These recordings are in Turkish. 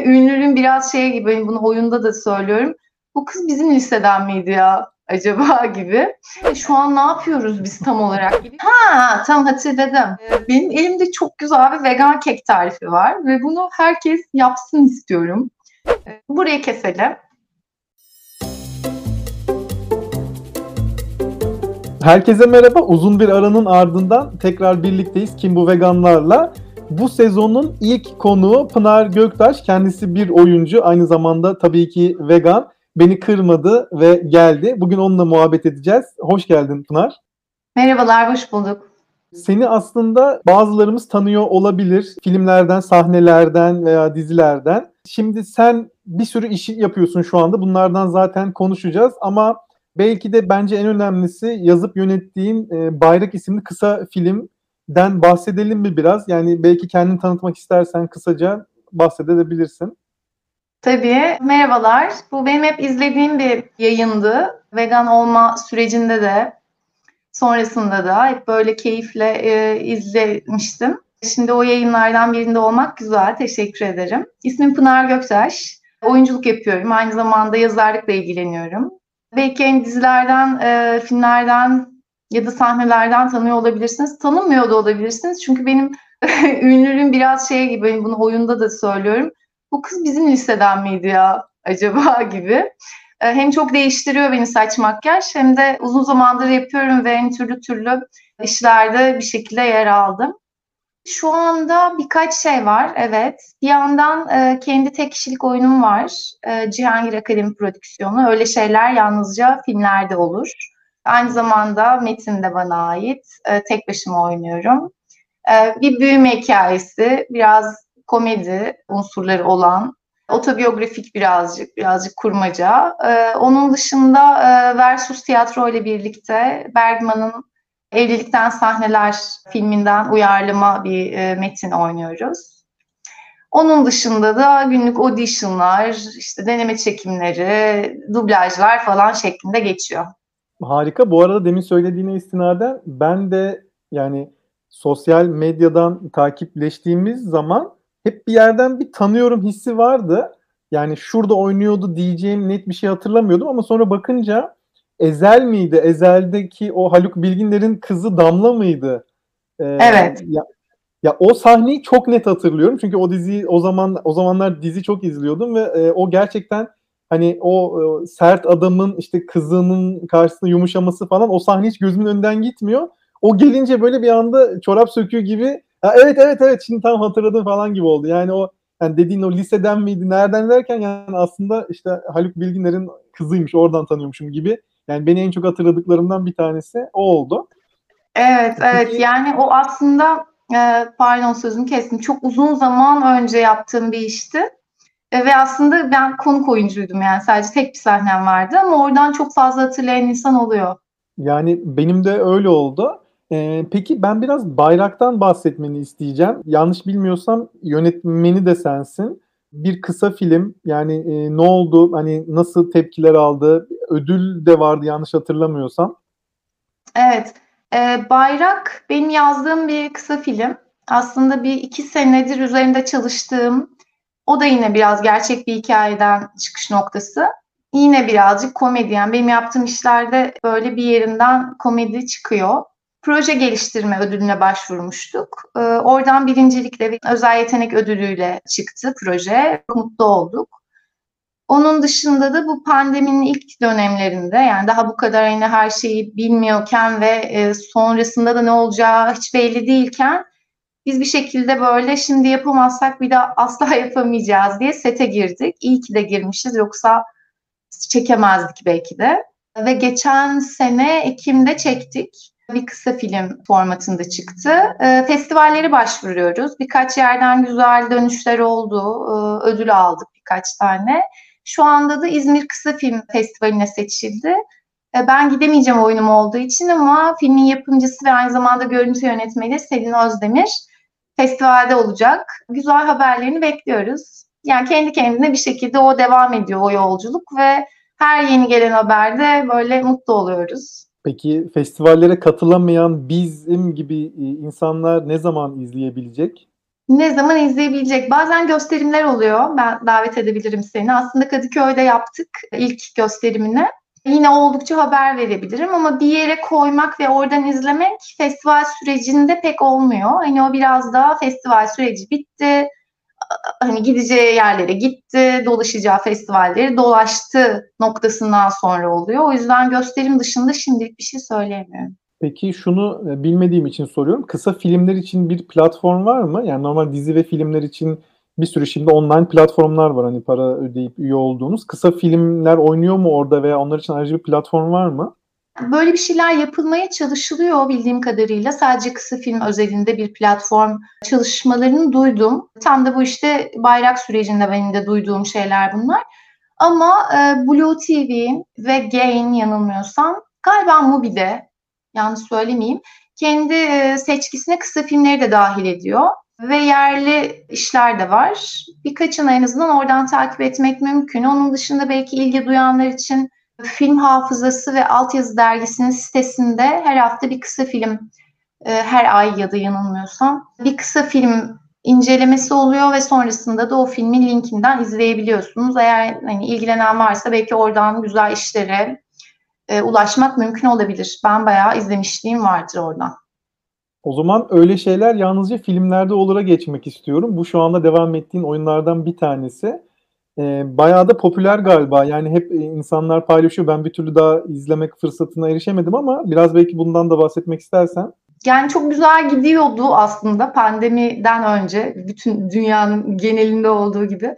ünlünün biraz şey gibi, hani bunu oyunda da söylüyorum. Bu kız bizim liseden miydi ya acaba gibi. Şu an ne yapıyoruz biz tam olarak? Ha, tam hatırladım. Benim elimde çok güzel bir vegan kek tarifi var ve bunu herkes yapsın istiyorum. Burayı keselim. Herkese merhaba. Uzun bir aranın ardından tekrar birlikteyiz Kim Bu Veganlarla. Bu sezonun ilk konuğu Pınar Göktaş. Kendisi bir oyuncu. Aynı zamanda tabii ki vegan. Beni kırmadı ve geldi. Bugün onunla muhabbet edeceğiz. Hoş geldin Pınar. Merhabalar, hoş bulduk. Seni aslında bazılarımız tanıyor olabilir. Filmlerden, sahnelerden veya dizilerden. Şimdi sen bir sürü işi yapıyorsun şu anda. Bunlardan zaten konuşacağız ama belki de bence en önemlisi yazıp yönettiğin Bayrak isimli kısa filmden bahsedelim mi biraz? Yani belki kendini tanıtmak istersen kısaca bahsedebilirsin. Tabii, merhabalar. Bu benim hep izlediğim bir yayındı. Vegan olma sürecinde de, sonrasında da hep böyle keyifle izlemiştim. Şimdi o yayınlardan birinde olmak güzel. Teşekkür ederim. İsmim Pınar Göktaş. Oyunculuk yapıyorum. Aynı zamanda yazarlıkla ilgileniyorum. Belki hani dizilerden, filmlerden ya da sahnelerden tanıyor olabilirsiniz. Tanımıyor da olabilirsiniz. Çünkü benim ünlülüğüm biraz şey gibi, hani bunu oyunda da söylüyorum. Bu kız bizim liseden miydi ya acaba gibi. Hem çok değiştiriyor beni saç makyaj hem de uzun zamandır yapıyorum ve türlü türlü işlerde bir şekilde yer aldım. Şu anda birkaç şey var, evet. Bir yandan kendi tek kişilik oyunum var. Cihangir Akademi Prodüksiyonu. Öyle şeyler yalnızca filmlerde olur. Aynı zamanda metin de bana ait. Tek başıma oynuyorum. Bir büyüme hikayesi, biraz komedi unsurları olan, otobiyografik birazcık kurmaca. Onun dışında Versus Tiyatro ile birlikte Bergman'ın Evlilikten Sahneler filminden uyarlama bir metin oynuyoruz. Onun dışında da günlük auditionlar, işte deneme çekimleri, dublajlar falan şeklinde geçiyor. Harika. Bu arada demin söylediğine istinaden ben de yani sosyal medyadan takipleştiğimiz zaman hep bir yerden bir tanıyorum hissi vardı. Yani şurada oynuyordu diyeceğim net bir şey hatırlamıyordum ama sonra bakınca Ezel miydi? Ezel'deki o Haluk Bilginer'in kızı Damla mıydı? Ee, Evet. ya o sahneyi çok net hatırlıyorum. Çünkü o diziyi o zamanlar dizi çok izliyordum ve o gerçekten hani o sert adamın işte kızının karşısında yumuşaması falan o sahne hiç gözümün önünden gitmiyor. O gelince böyle bir anda çorap söküğü gibi evet şimdi tam hatırladım falan gibi oldu. Yani o yani dediğin o liseden miydi nereden derken yani aslında işte Haluk Bilginer'in kızıymış oradan tanıyormuşum gibi. Yani beni en çok hatırladıklarımdan bir tanesi o oldu. Evet, evet. Peki. Yani o aslında, pardon sözünü kestim. Çok uzun zaman önce yaptığım bir işti. Ve aslında ben konuk oyuncuydum, yani sadece tek bir sahnem vardı ama oradan çok fazla hatırlayan insan oluyor. Yani benim de öyle oldu. Peki ben biraz Bayrak'tan bahsetmeni isteyeceğim. Yanlış bilmiyorsam yönetmeni de sensin. Bir kısa film yani ne oldu? Hani nasıl tepkiler aldı? Ödül de vardı yanlış hatırlamıyorsam. Evet, Bayrak benim yazdığım bir kısa film. Aslında bir 2 senedir üzerinde çalıştığım, o da yine biraz gerçek bir hikayeden çıkış noktası. Yine birazcık komedi, yani benim yaptığım işlerde böyle bir yerinden komedi çıkıyor. Proje geliştirme ödülüne başvurmuştuk. Oradan birincilikle bir özel yetenek ödülüyle çıktı proje. Çok mutlu olduk. Onun dışında da bu pandeminin ilk dönemlerinde, yani daha bu kadar hani her şeyi bilmiyorken ve sonrasında da ne olacağı hiç belli değilken biz bir şekilde böyle şimdi yapamazsak bir daha asla yapamayacağız diye sete girdik. İyi ki de girmişiz, yoksa çekemezdik belki de. Ve geçen sene Ekim'de çektik. Bir kısa film formatında çıktı. Festivallere başvuruyoruz. Birkaç yerden güzel dönüşler oldu. Ödül aldık birkaç tane. Şu anda da İzmir Kısa Film Festivali'ne seçildi. Ben gidemeyeceğim oyunum olduğu için ama filmin yapımcısı ve aynı zamanda görüntü yönetmeni Selin Özdemir festivalde olacak. Güzel haberlerini bekliyoruz. Yani kendi kendine bir şekilde o devam ediyor, o yolculuk, ve her yeni gelen haberde böyle mutlu oluyoruz. Peki festivallere katılamayan bizim gibi insanlar ne zaman izleyebilecek? Ne zaman izleyebilecek? Bazen gösterimler oluyor. Ben davet edebilirim seni. Aslında Kadıköy'de yaptık ilk gösterimini. Yine oldukça haber verebilirim ama bir yere koymak ve oradan izlemek festival sürecinde pek olmuyor. Hani o biraz daha festival süreci bitti. Hani gideceği yerlere gitti, dolaşacağı festivalleri dolaştı noktasından sonra oluyor. O yüzden gösterim dışında şimdilik bir şey söyleyemiyorum. Peki şunu bilmediğim için soruyorum. Kısa filmler için bir platform var mı? Yani normal dizi ve filmler için bir sürü şimdi online platformlar var. Hani para ödeyip üye olduğunuz. Kısa filmler oynuyor mu orada veya onlar için ayrıca bir platform var mı? Böyle bir şeyler yapılmaya çalışılıyor bildiğim kadarıyla. Sadece kısa film özelinde bir platform çalışmalarını duydum. Tam da bu işte bayrak sürecinde benim de duyduğum şeyler bunlar. Ama Blue TV ve Gain yanılmıyorsam galiba Mubi'de yanlış söylemeyeyim. Kendi seçkisine kısa filmleri de dahil ediyor. Ve yerli işler de var. Birkaçını en azından oradan takip etmek mümkün. Onun dışında belki ilgi duyanlar için Film Hafızası ve Altyazı Dergisi'nin sitesinde her hafta bir kısa film, her ay ya da yanılmıyorsam bir kısa film incelemesi oluyor ve sonrasında da o filmin linkinden izleyebiliyorsunuz. Eğer hani ilgilenen varsa belki oradan güzel işlere ulaşmak mümkün olabilir. Ben bayağı izlemişliğim vardır oradan. O zaman öyle şeyler yalnızca filmlerde olura geçmek istiyorum. Bu şu anda devam ettiğin oyunlardan bir tanesi. Bayağı da popüler galiba. Yani hep insanlar paylaşıyor. Ben bir türlü daha izlemek fırsatına erişemedim ama biraz belki bundan da bahsetmek istersen. Yani çok güzel gidiyordu aslında pandemiden önce. Bütün dünyanın genelinde olduğu gibi.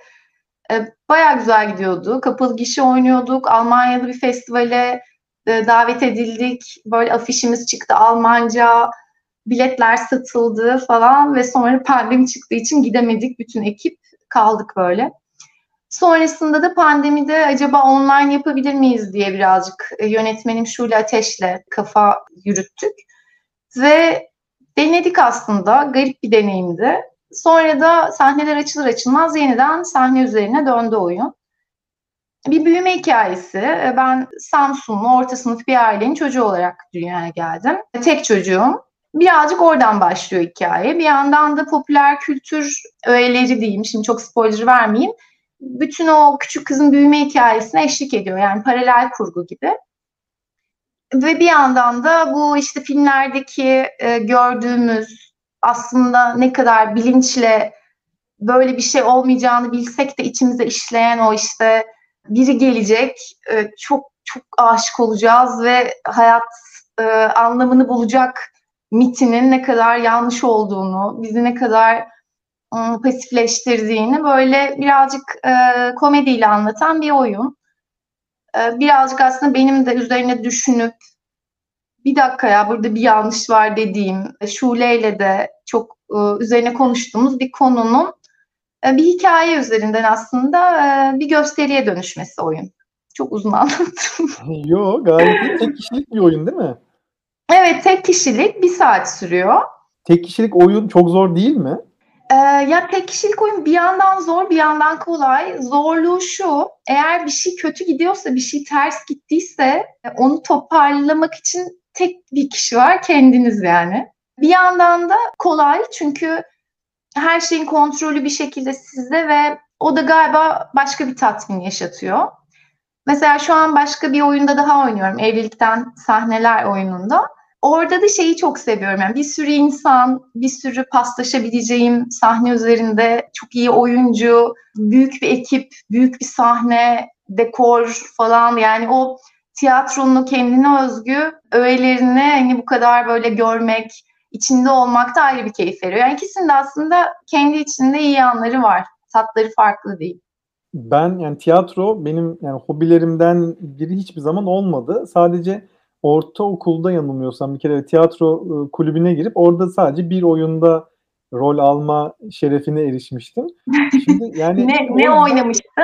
Bayağı güzel gidiyordu. Kapalı gişe oynuyorduk. Almanya'da bir festivale davet edildik. Böyle afişimiz çıktı Almanca. Biletler satıldı falan ve sonra pandemi çıktığı için gidemedik. Bütün ekip kaldık böyle. Sonrasında da pandemide acaba online yapabilir miyiz diye birazcık yönetmenim Şule Ateş'le kafa yürüttük. Ve denedik aslında. Garip bir deneyimdi. Sonra da sahneler açılır açılmaz yeniden sahne üzerine döndü oyun. Bir büyüme hikayesi. Ben Samsunlu, orta sınıf bir ailenin çocuğu olarak dünyaya geldim. Tek çocuğum. Birazcık oradan başlıyor hikaye. Bir yandan da popüler kültür öğeleri diyeyim, şimdi çok spoiler vermeyeyim. Bütün o küçük kızın büyüme hikayesine eşlik ediyor. Yani paralel kurgu gibi. Ve bir yandan da bu işte filmlerdeki gördüğümüz aslında ne kadar bilinçle böyle bir şey olmayacağını bilsek de içimize işleyen o işte biri gelecek, çok çok aşık olacağız ve hayat anlamını bulacak mitinin ne kadar yanlış olduğunu, bizi ne kadar pasifleştirdiğini böyle birazcık komediyle anlatan bir oyun. Birazcık aslında benim de üzerine düşünüp bir dakika ya burada bir yanlış var dediğim, Şule'yle de çok üzerine konuştuğumuz bir konunun bir hikaye üzerinden aslında bir gösteriye dönüşmesi oyun. Çok uzun anlattım. Yo, gayet iyi. Tek kişilik bir oyun değil mi? Evet, tek kişilik 1 saat sürüyor. Tek kişilik oyun çok zor değil mi? Ya tek kişilik oyun bir yandan zor, bir yandan kolay. Zorluğu şu, eğer bir şey kötü gidiyorsa, bir şey ters gittiyse onu toparlamak için tek bir kişi var, kendiniz yani. Bir yandan da kolay çünkü her şeyin kontrolü bir şekilde sizde ve o da galiba başka bir tatmin yaşatıyor. Mesela şu an başka bir oyunda daha oynuyorum. Evlilikten Sahneler oyununda. Orada da şeyi çok seviyorum. Yani bir sürü insan, bir sürü paslaşabileceğim sahne üzerinde çok iyi oyuncu, büyük bir ekip, büyük bir sahne, dekor falan. Yani o tiyatronun kendine özgü öğelerini hani bu kadar böyle görmek, içinde olmak da ayrı bir keyif veriyor. Yani ikisinin de aslında kendi içinde iyi yanları var. Tatları farklı değil. Ben yani tiyatro benim yani hobilerimden biri hiçbir zaman olmadı. Sadece ortaokulda yanılmıyorsam bir kere tiyatro kulübüne girip orada sadece bir oyunda rol alma şerefine erişmiştim. Şimdi yani Ne o yüzden oynamıştın?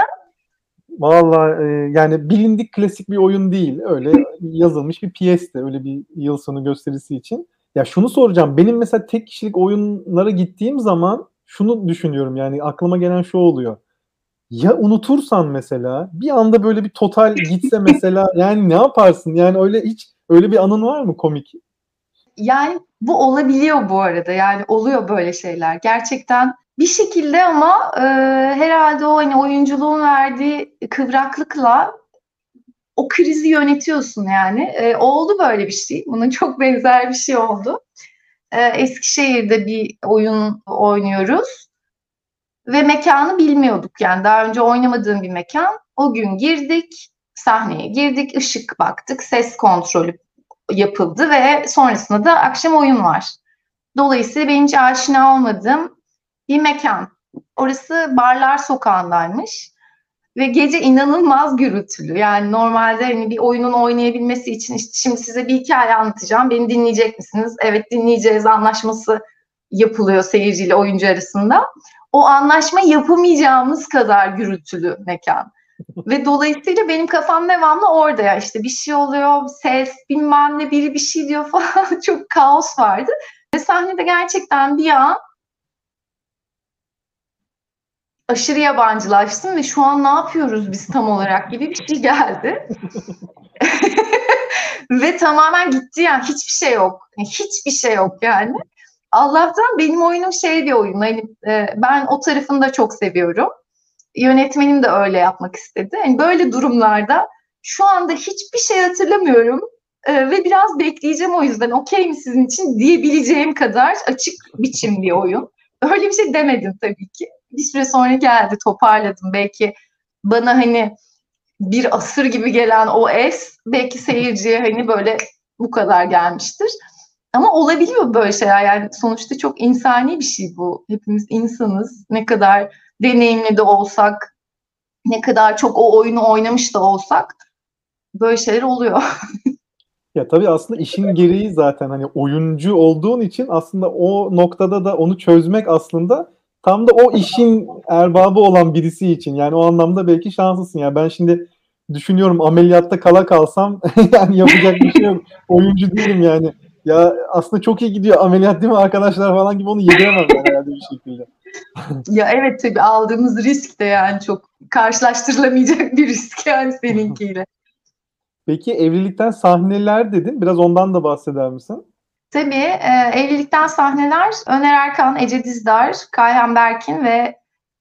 vallahi yani bilindik klasik bir oyun değil. Öyle yazılmış bir piyesti. Öyle bir yıl sonu gösterisi için. Ya şunu soracağım. Benim mesela tek kişilik oyunlara gittiğim zaman şunu düşünüyorum. Yani aklıma gelen şu oluyor. Ya unutursan mesela bir anda böyle bir total gitse mesela yani ne yaparsın? Yani öyle hiç öyle bir anın var mı komik? Yani bu olabiliyor bu arada. Yani oluyor böyle şeyler. Gerçekten bir şekilde ama herhalde o hani oyunculuğun verdiği kıvraklıkla o krizi yönetiyorsun yani. Oldu böyle bir şey. Bunun çok benzer bir şey oldu. Eskişehir'de bir oyun oynuyoruz ve mekanı bilmiyorduk. Yani daha önce oynamadığım bir mekan. O gün girdik, sahneye girdik, ışık baktık, ses kontrolü yapıldı ve sonrasında da akşam oyun var. Dolayısıyla benim hiç aşina olmadığım bir mekan. Orası Barlar Sokağı'ndaymış. Ve gece inanılmaz gürültülü. Yani normalde hani bir oyunun oynayabilmesi için işte şimdi size bir hikaye anlatacağım. Beni dinleyecek misiniz? Evet, dinleyeceğiz anlaşması yapılıyor seyirciyle oyuncu arasında. O anlaşma yapamayacağımız kadar gürültülü mekan. Ve dolayısıyla benim kafam devamlı orada ya işte bir şey oluyor, ses bilmem ne biri bir şey diyor falan çok kaos vardı. Ve sahnede gerçekten bir an aşırı yabancılaştım ve şu an ne yapıyoruz biz tam olarak gibi bir şey geldi. Ve tamamen gitti yani hiçbir şey yok. Hiçbir şey yok yani. Allah'tan benim oyunum şey bir oyun. Hani, ben o tarafını da çok seviyorum. Yönetmenim de öyle yapmak istedi. Yani böyle durumlarda şu anda hiçbir şey hatırlamıyorum. Ve biraz bekleyeceğim o yüzden. Okey mi sizin için diyebileceğim kadar açık biçim bir oyun. Öyle bir şey demedim tabii ki. Bir süre sonra geldi, toparladım. Belki bana hani bir asır gibi gelen o es belki seyirciye hani böyle bu kadar gelmiştir. Ama olabiliyor böyle şeyler. Yani sonuçta çok insani bir şey bu. Hepimiz insanız. Ne kadar deneyimli de olsak, ne kadar çok o oyunu oynamış da olsak böyle şeyler oluyor. Ya tabii aslında işin gereği zaten hani oyuncu olduğun için aslında o noktada da onu çözmek aslında tam da o işin erbabı olan birisi için. Yani o anlamda belki şanslısın. Yani ben şimdi düşünüyorum ameliyatta kala kalsam yani yapacak bir şey yok. Oyuncu değilim yani. Ya aslında çok iyi gidiyor ameliyat değil mi arkadaşlar falan gibi onu yediremem ben herhalde bir şekilde. Ya evet tabii aldığımız risk de yani çok karşılaştırılamayacak bir risk yani seninkiyle. Peki evlilikten sahneler dedin. Biraz ondan da bahseder misin? Tabii evlilikten sahneler Öner Erkan, Ece Dizdar, Kayhan Berkin ve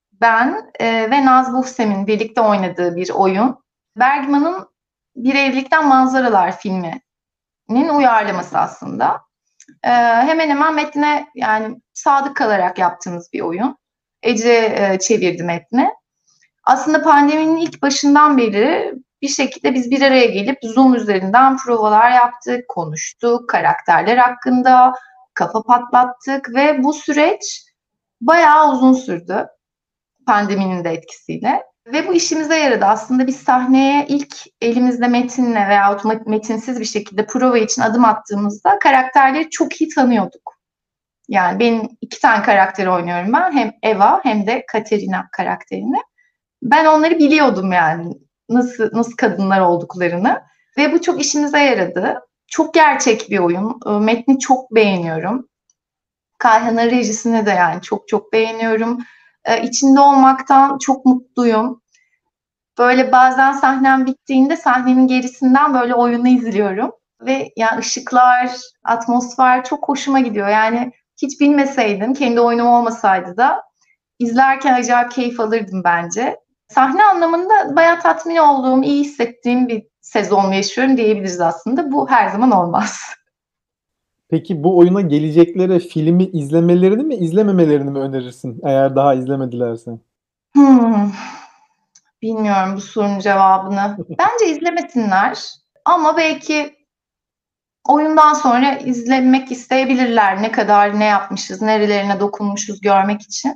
ben ve Naz Buhsem'in birlikte oynadığı bir oyun. Bergman'ın Bir Evlilikten Manzaralar filminin uyarlaması aslında. Hemen hemen metne yani sadık kalarak yaptığımız bir oyun. Ece çevirdi metni. Aslında pandeminin ilk başından beri bir şekilde biz bir araya gelip Zoom üzerinden provalar yaptık, konuştuk, karakterler hakkında kafa patlattık ve bu süreç bayağı uzun sürdü pandeminin de etkisiyle. Ve bu işimize yaradı. Aslında biz sahneye ilk elimizde metinle veya metinsiz bir şekilde prova için adım attığımızda karakterleri çok iyi tanıyorduk. Yani benim 2 tane karakter oynuyorum ben. Hem Eva hem de Katerina karakterini. Ben onları biliyordum yani nasıl kadınlar olduklarını ve bu çok işimize yaradı. Çok gerçek bir oyun. Metni çok beğeniyorum. Kayhan'ın rejisini de yani çok çok beğeniyorum. İçinde olmaktan çok mutluyum. Böyle bazen sahnem bittiğinde sahnenin gerisinden böyle oyunu izliyorum. Ve yani ışıklar, atmosfer çok hoşuma gidiyor. Yani hiç bilmeseydim, kendi oyunum olmasaydı da izlerken acayip keyif alırdım bence. Sahne anlamında bayağı tatmin olduğum, iyi hissettiğim bir sezon yaşıyorum diyebiliriz aslında. Bu her zaman olmaz. Peki bu oyuna gelecekleri filmi izlemelerini mi izlememelerini mi önerirsin eğer daha izlemedilerse? Hmm, bilmiyorum bu sorunun cevabını. Bence izlemesinler ama belki oyundan sonra izlemek isteyebilirler. Ne kadar ne yapmışız, nerelerine dokunmuşuz görmek için.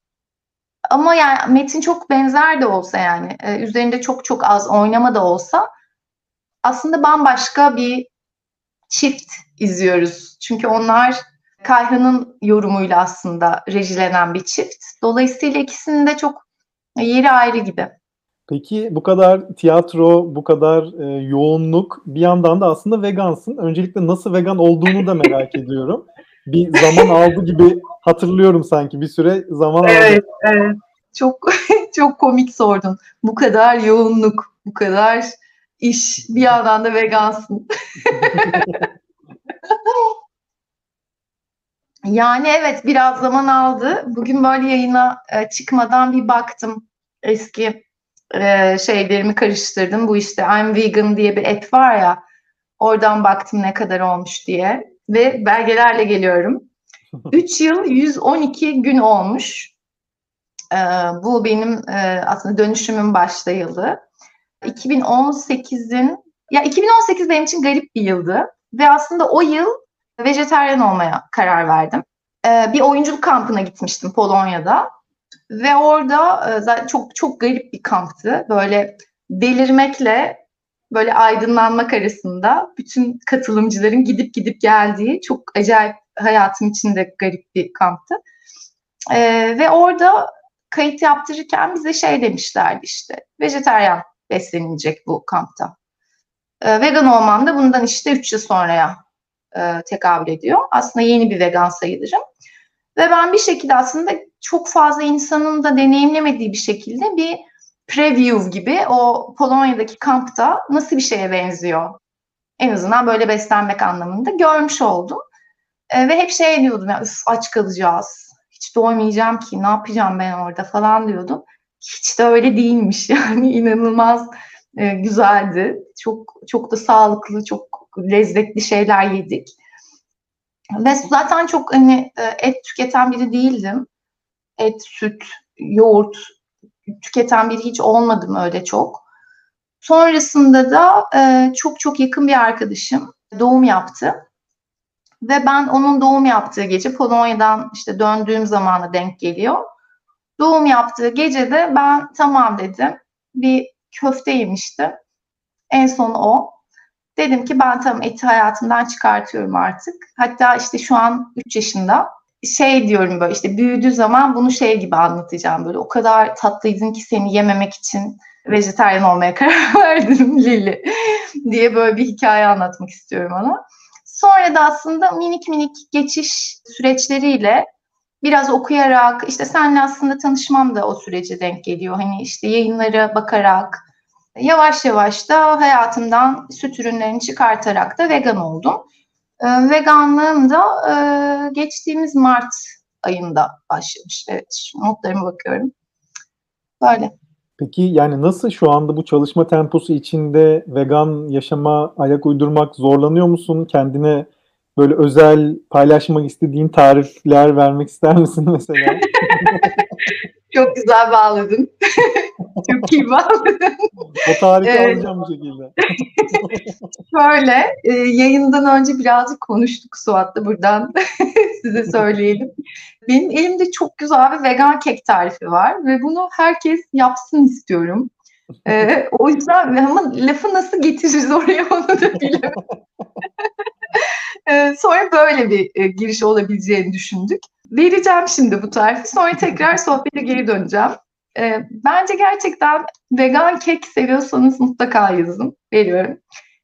Ama yani metin çok benzer de olsa yani üzerinde çok çok az oynama da olsa aslında bambaşka bir çift izliyoruz. Çünkü onlar Kayhan'ın yorumuyla aslında rejilenen bir çift. Dolayısıyla ikisinin de çok yeri ayrı gibi. Peki bu kadar tiyatro, bu kadar yoğunluk bir yandan da aslında vegansın. Öncelikle nasıl vegan olduğunu da merak ediyorum. Bir zaman aldı gibi hatırlıyorum sanki bir süre zaman aldı. Evet, evet. Çok çok komik sordun. Bu kadar yoğunluk, bu kadar iş, bir yandan da vegansın. Yani evet, biraz zaman aldı. Bugün böyle yayına çıkmadan bir baktım. Eski şeylerimi karıştırdım. Bu işte I'm Vegan diye bir app var ya. Oradan baktım ne kadar olmuş diye. Ve belgelerle geliyorum. 3 yıl 112 gün olmuş. E, Bu benim aslında dönüşümün başta yılı. 2018'in, ya 2018 benim için garip bir yıldı. Ve aslında o yıl vejetaryen olmaya karar verdim. Bir oyunculuk kampına gitmiştim Polonya'da. Ve orada zaten çok çok garip bir kamptı. Böyle delirmekle böyle aydınlanmak arasında bütün katılımcıların gidip gidip geldiği çok acayip, hayatım içinde garip bir kamptı. Ve orada kayıt yaptırırken bize şey demişlerdi işte. Vejetaryen beslenilecek bu kampta. Vegan olmam da bundan işte 3 yıl sonraya tekabül ediyor. Aslında yeni bir vegan sayılırım. Ve ben bir şekilde aslında çok fazla insanın da deneyimlemediği bir şekilde bir preview gibi o Polonya'daki kampta nasıl bir şeye benziyor, en azından böyle beslenmek anlamında görmüş oldum. Ve hep şey diyordum ya, üf, aç kalacağız. Hiç doymayacağım ki, ne yapacağım ben orada falan diyordum. Hiç de öyle değilmiş yani, inanılmaz güzeldi. Çok çok da sağlıklı, çok lezzetli şeyler yedik. Ve zaten çok hani et tüketen biri değildim. Et, süt, yoğurt tüketen biri hiç olmadım öyle çok. Sonrasında da çok çok yakın bir arkadaşım doğum yaptı. Ve ben onun doğum yaptığı gece, Polonya'dan işte döndüğüm zamana denk geliyor. Doğum yaptığı gecede ben tamam dedim. Bir köfte yemiştim. En son o. Dedim ki ben tamam, eti hayatımdan çıkartıyorum artık. Hatta işte şu an 3 yaşında. Şey diyorum, böyle işte büyüdüğü zaman bunu şey gibi anlatacağım, böyle o kadar tatlıydın ki seni yememek için vejetaryen olmaya karar verdim Lili diye böyle bir hikaye anlatmak istiyorum ona. Sonra da aslında minik minik geçiş süreçleriyle, biraz okuyarak, işte seninle aslında tanışmam da o sürece denk geliyor. Hani işte yayınlara bakarak, yavaş yavaş da hayatımdan süt ürünlerini çıkartarak da vegan oldum. Veganlığım da geçtiğimiz Mart ayında başlamış. Evet, şu notlarıma bakıyorum. Böyle. Peki yani nasıl şu anda bu çalışma temposu içinde vegan yaşama ayak uydurmak zorlanıyor musun? Kendine böyle özel paylaşmak istediğin tarifler vermek ister misin mesela? Çok güzel bağladın. Çok iyi bağladın. O tarifi Evet, alacağım bu şekilde. şöyle, yayından önce birazcık konuştuk Suat'la, buradan size söyleyelim. Benim elimde çok güzel bir vegan kek tarifi var ve bunu herkes yapsın istiyorum. O yüzden, ama lafı nasıl getiririz oraya onu da bilemedim. Sonra böyle bir giriş olabileceğini düşündük. Vereceğim şimdi bu tarifi. Sonra tekrar sohbete geri döneceğim. Bence gerçekten vegan kek seviyorsanız mutlaka yazın. Veriyorum.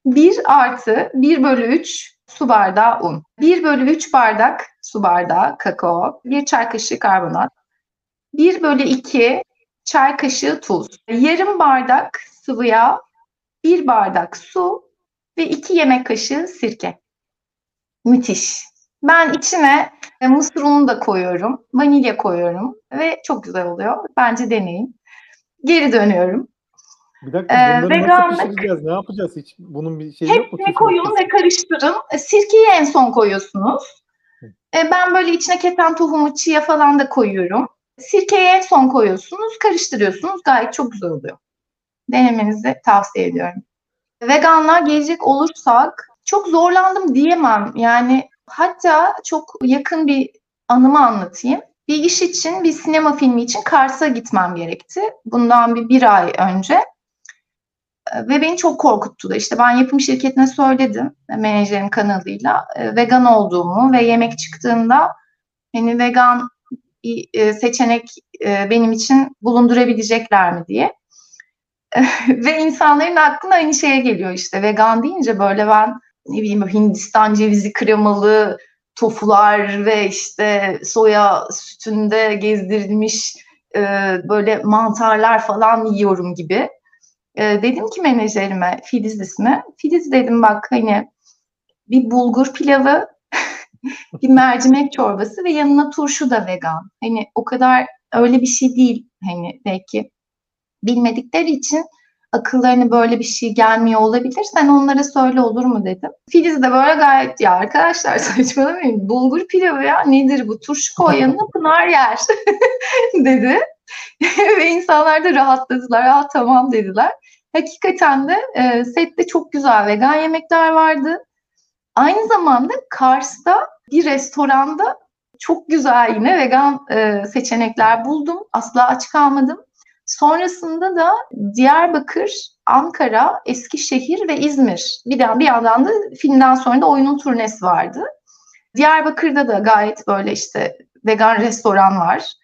1+1/3 su bardağı un. 1/3 bardak su bardağı kakao. 1 çay kaşığı karbonat. 1/2 çay kaşığı tuz. Yarım bardak sıvı yağ. 1 bardak su ve 2 yemek kaşığı sirke. Müthiş. Ben içine mısır unu da koyuyorum, vanilya koyuyorum ve çok güzel oluyor. Bence deneyin. Geri dönüyorum. Bir dakika, bunları nasıl Veganlık, pişireceğiz? Ne yapacağız? Hiç bunun bir şeyi yok mu? hepsini Püf koyun noktası. ve karıştırın. Sirkeyi en son koyuyorsunuz. Ben böyle içine keten tohumu, chia falan da koyuyorum. Sirkeyi en son koyuyorsunuz, karıştırıyorsunuz. Gayet çok güzel oluyor. Denemenizi tavsiye ediyorum. Veganlığa gelecek olursak, çok zorlandım diyemem. Yani hatta çok yakın bir anımı anlatayım. Bir iş için, bir sinema filmi için Kars'a gitmem gerekti. Bundan bir ay önce. Ve beni çok korkuttu da. İşte ben yapım şirketine söyledim, menajerim kanalıyla, vegan olduğumu ve yemek çıktığında hani vegan bir seçenek benim için bulundurabilecekler mi diye. Ve insanların aklına aynı şeye geliyor işte. Vegan deyince böyle ben ne bileyim, Hindistan cevizi kremalı tofular ve işte soya sütünde gezdirilmiş böyle mantarlar falan yiyorum gibi. Dedim ki menajerime, Filiz ismi. Filiz dedim, bak hani bir bulgur pilavı, Bir mercimek çorbası ve yanına turşu da vegan. Hani o kadar öyle bir şey değil. Hani belki bilmedikleri için akıllarına böyle bir şey gelmiyor olabilir. Sen onlara söyle olur mu dedim. Filiz de böyle gayet ya arkadaşlar saçmalamayın. Bulgur pilavı ya nedir bu? Turşu koy yanına Pınar yer dedi. Ve insanlar da rahatladılar. Aa, tamam dediler. Hakikaten de sette çok güzel vegan yemekler vardı. Aynı zamanda Kars'ta bir restoranda çok güzel yine vegan seçenekler buldum. Asla aç kalmadım. Sonrasında da Diyarbakır, Ankara, Eskişehir ve İzmir. Bir yandan da filmden sonra da oyunun turnesi vardı. Diyarbakır'da da gayet böyle işte vegan restoran var.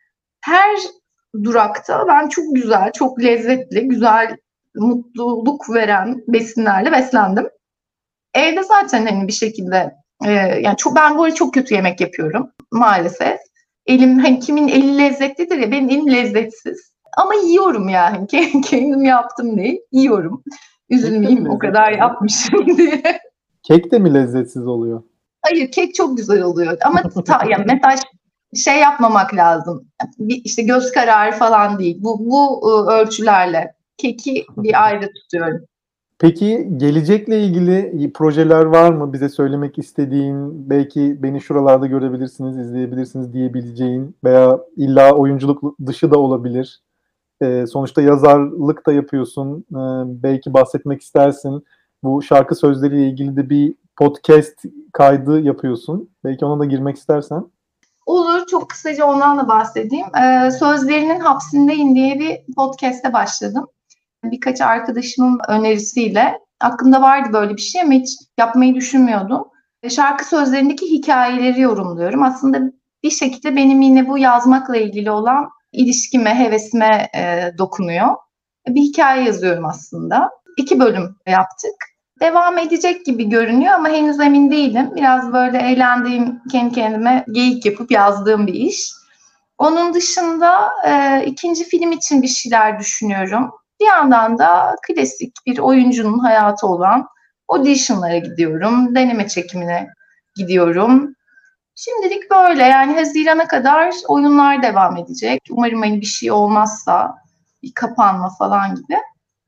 Her durakta ben çok güzel, çok lezzetli, güzel, mutluluk veren besinlerle beslendim. Evde zaten hani bir şekilde yani ben bu arada çok kötü yemek yapıyorum maalesef. Elim hani kimin eli lezzetlidir ya benim elim lezzetsiz. Ama yiyorum yani. Kendim yaptım değil, yiyorum. Üzülmeyeyim o kadar yapmışım diye. Kek de mi lezzetsiz oluyor? Hayır, kek çok güzel oluyor. Ama yani mesela şey yapmamak lazım. İşte göz kararı falan değil. Bu ölçülerle. Keki bir ayrı tutuyorum. Peki gelecekle ilgili projeler var mı? Bize söylemek istediğin, belki beni şuralarda görebilirsiniz, izleyebilirsiniz diyebileceğin veya illa oyunculuk dışı da olabilir. Sonuçta yazarlık da yapıyorsun. Belki bahsetmek istersin. Bu şarkı sözleriyle ilgili de bir podcast kaydı yapıyorsun. Belki ona da girmek istersen. Olur, çok kısaca ondan da bahsedeyim. Sözlerinin Hapsindeyim diye bir podcast'e başladım. Birkaç arkadaşımın önerisiyle. Aklımda vardı böyle bir şey ama hiç yapmayı düşünmüyordum. Şarkı sözlerindeki hikayeleri yorumluyorum. Aslında bir şekilde benim yine bu yazmakla ilgili olan ilişkime, hevesime dokunuyor. Bir hikaye yazıyorum aslında. 2 bölüm yaptık. Devam edecek gibi görünüyor ama henüz emin değilim. Biraz böyle eğlendiğim, kendi kendime geyik yapıp yazdığım bir iş. Onun dışında ikinci film için bir şeyler düşünüyorum. Bir yandan da klasik bir oyuncunun hayatı olan audition'lara gidiyorum, deneme çekimine gidiyorum. Şimdilik böyle yani Haziran'a kadar oyunlar devam edecek. Umarım hani bir şey olmazsa bir kapanma falan gibi.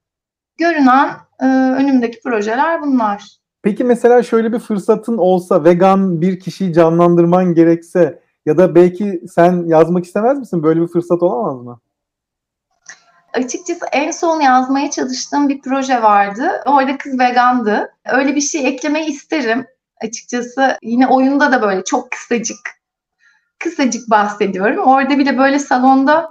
Görünen önümdeki projeler bunlar. Peki mesela şöyle bir fırsatın olsa, vegan bir kişiyi canlandırman gerekse ya da belki sen yazmak istemez misin? Böyle bir fırsat olamaz mı? Açıkçası en son yazmaya çalıştığım bir proje vardı. Orada kız vegandı. Öyle bir şey eklemeyi isterim. Açıkçası yine oyunda da böyle çok kısacık bahsediyorum. Orada bile böyle salonda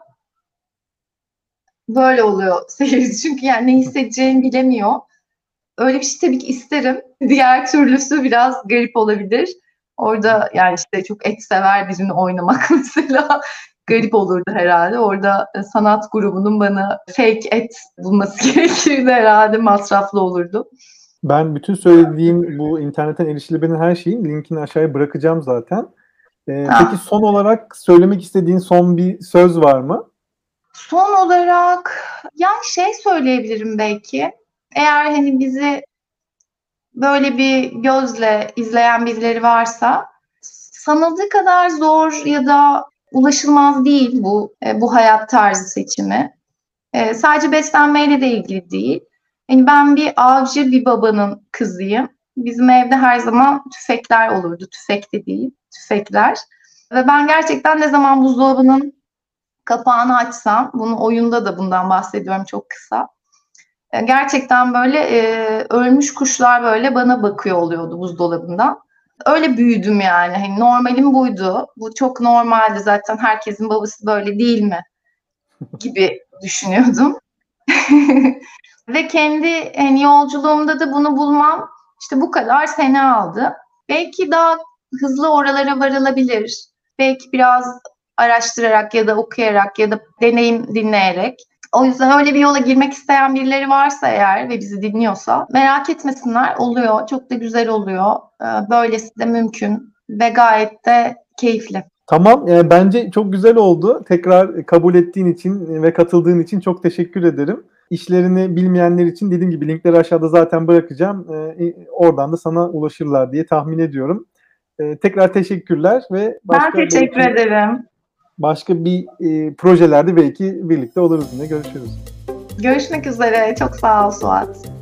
böyle oluyor seyirci. Çünkü yani ne hissedeceğini bilemiyor. Öyle bir şey tabii ki isterim. Diğer türlüsü biraz garip olabilir. Orada yani işte çok et sever birini oynamak mesela garip olurdu herhalde. Orada sanat grubunun bana fake et bulması gerekirdi herhalde, masraflı olurdu. Ben bütün söylediğim bu internetten erişilebilen her şeyin linkini aşağıya bırakacağım zaten. Peki son olarak söylemek istediğin son bir söz var mı? Son olarak yani şey söyleyebilirim belki. Eğer hani bizi böyle bir gözle izleyen birileri varsa sanıldığı kadar zor ya da ulaşılmaz değil bu hayat tarzı seçimi. Sadece beslenmeyle de ilgili değil. Yani ben bir avcı bir babanın kızıyım. Bizim evde her zaman tüfekler olurdu. Tüfek de değil, tüfekler. Ve ben gerçekten ne zaman buzdolabının kapağını açsam, bunu oyunda da bundan bahsediyorum çok kısa. Gerçekten böyle ölmüş kuşlar böyle bana bakıyor oluyordu buzdolabından. Öyle büyüdüm yani. Hani normalim buydu. Bu çok normaldi zaten. Herkesin babası böyle değil mi? Gibi düşünüyordum. Ve kendi hani yolculuğumda da bunu bulmam işte bu kadar sene aldı. Belki daha hızlı oralara varılabilir. Belki biraz araştırarak ya da okuyarak ya da deneyim dinleyerek. O yüzden öyle bir yola girmek isteyen birileri varsa eğer ve bizi dinliyorsa merak etmesinler, oluyor. Çok da güzel oluyor. Böylesi de mümkün ve gayet de keyifli. Tamam, bence çok güzel oldu. Tekrar kabul ettiğin için ve katıldığın için çok teşekkür ederim. İşlerini bilmeyenler için dediğim gibi linkleri aşağıda zaten bırakacağım. Oradan da sana ulaşırlar diye tahmin ediyorum. Tekrar teşekkürler ve Ben teşekkür ederim. Başka bir projelerde belki birlikte oluruz yine. Görüşürüz. Görüşmek üzere. Çok sağ ol Suat.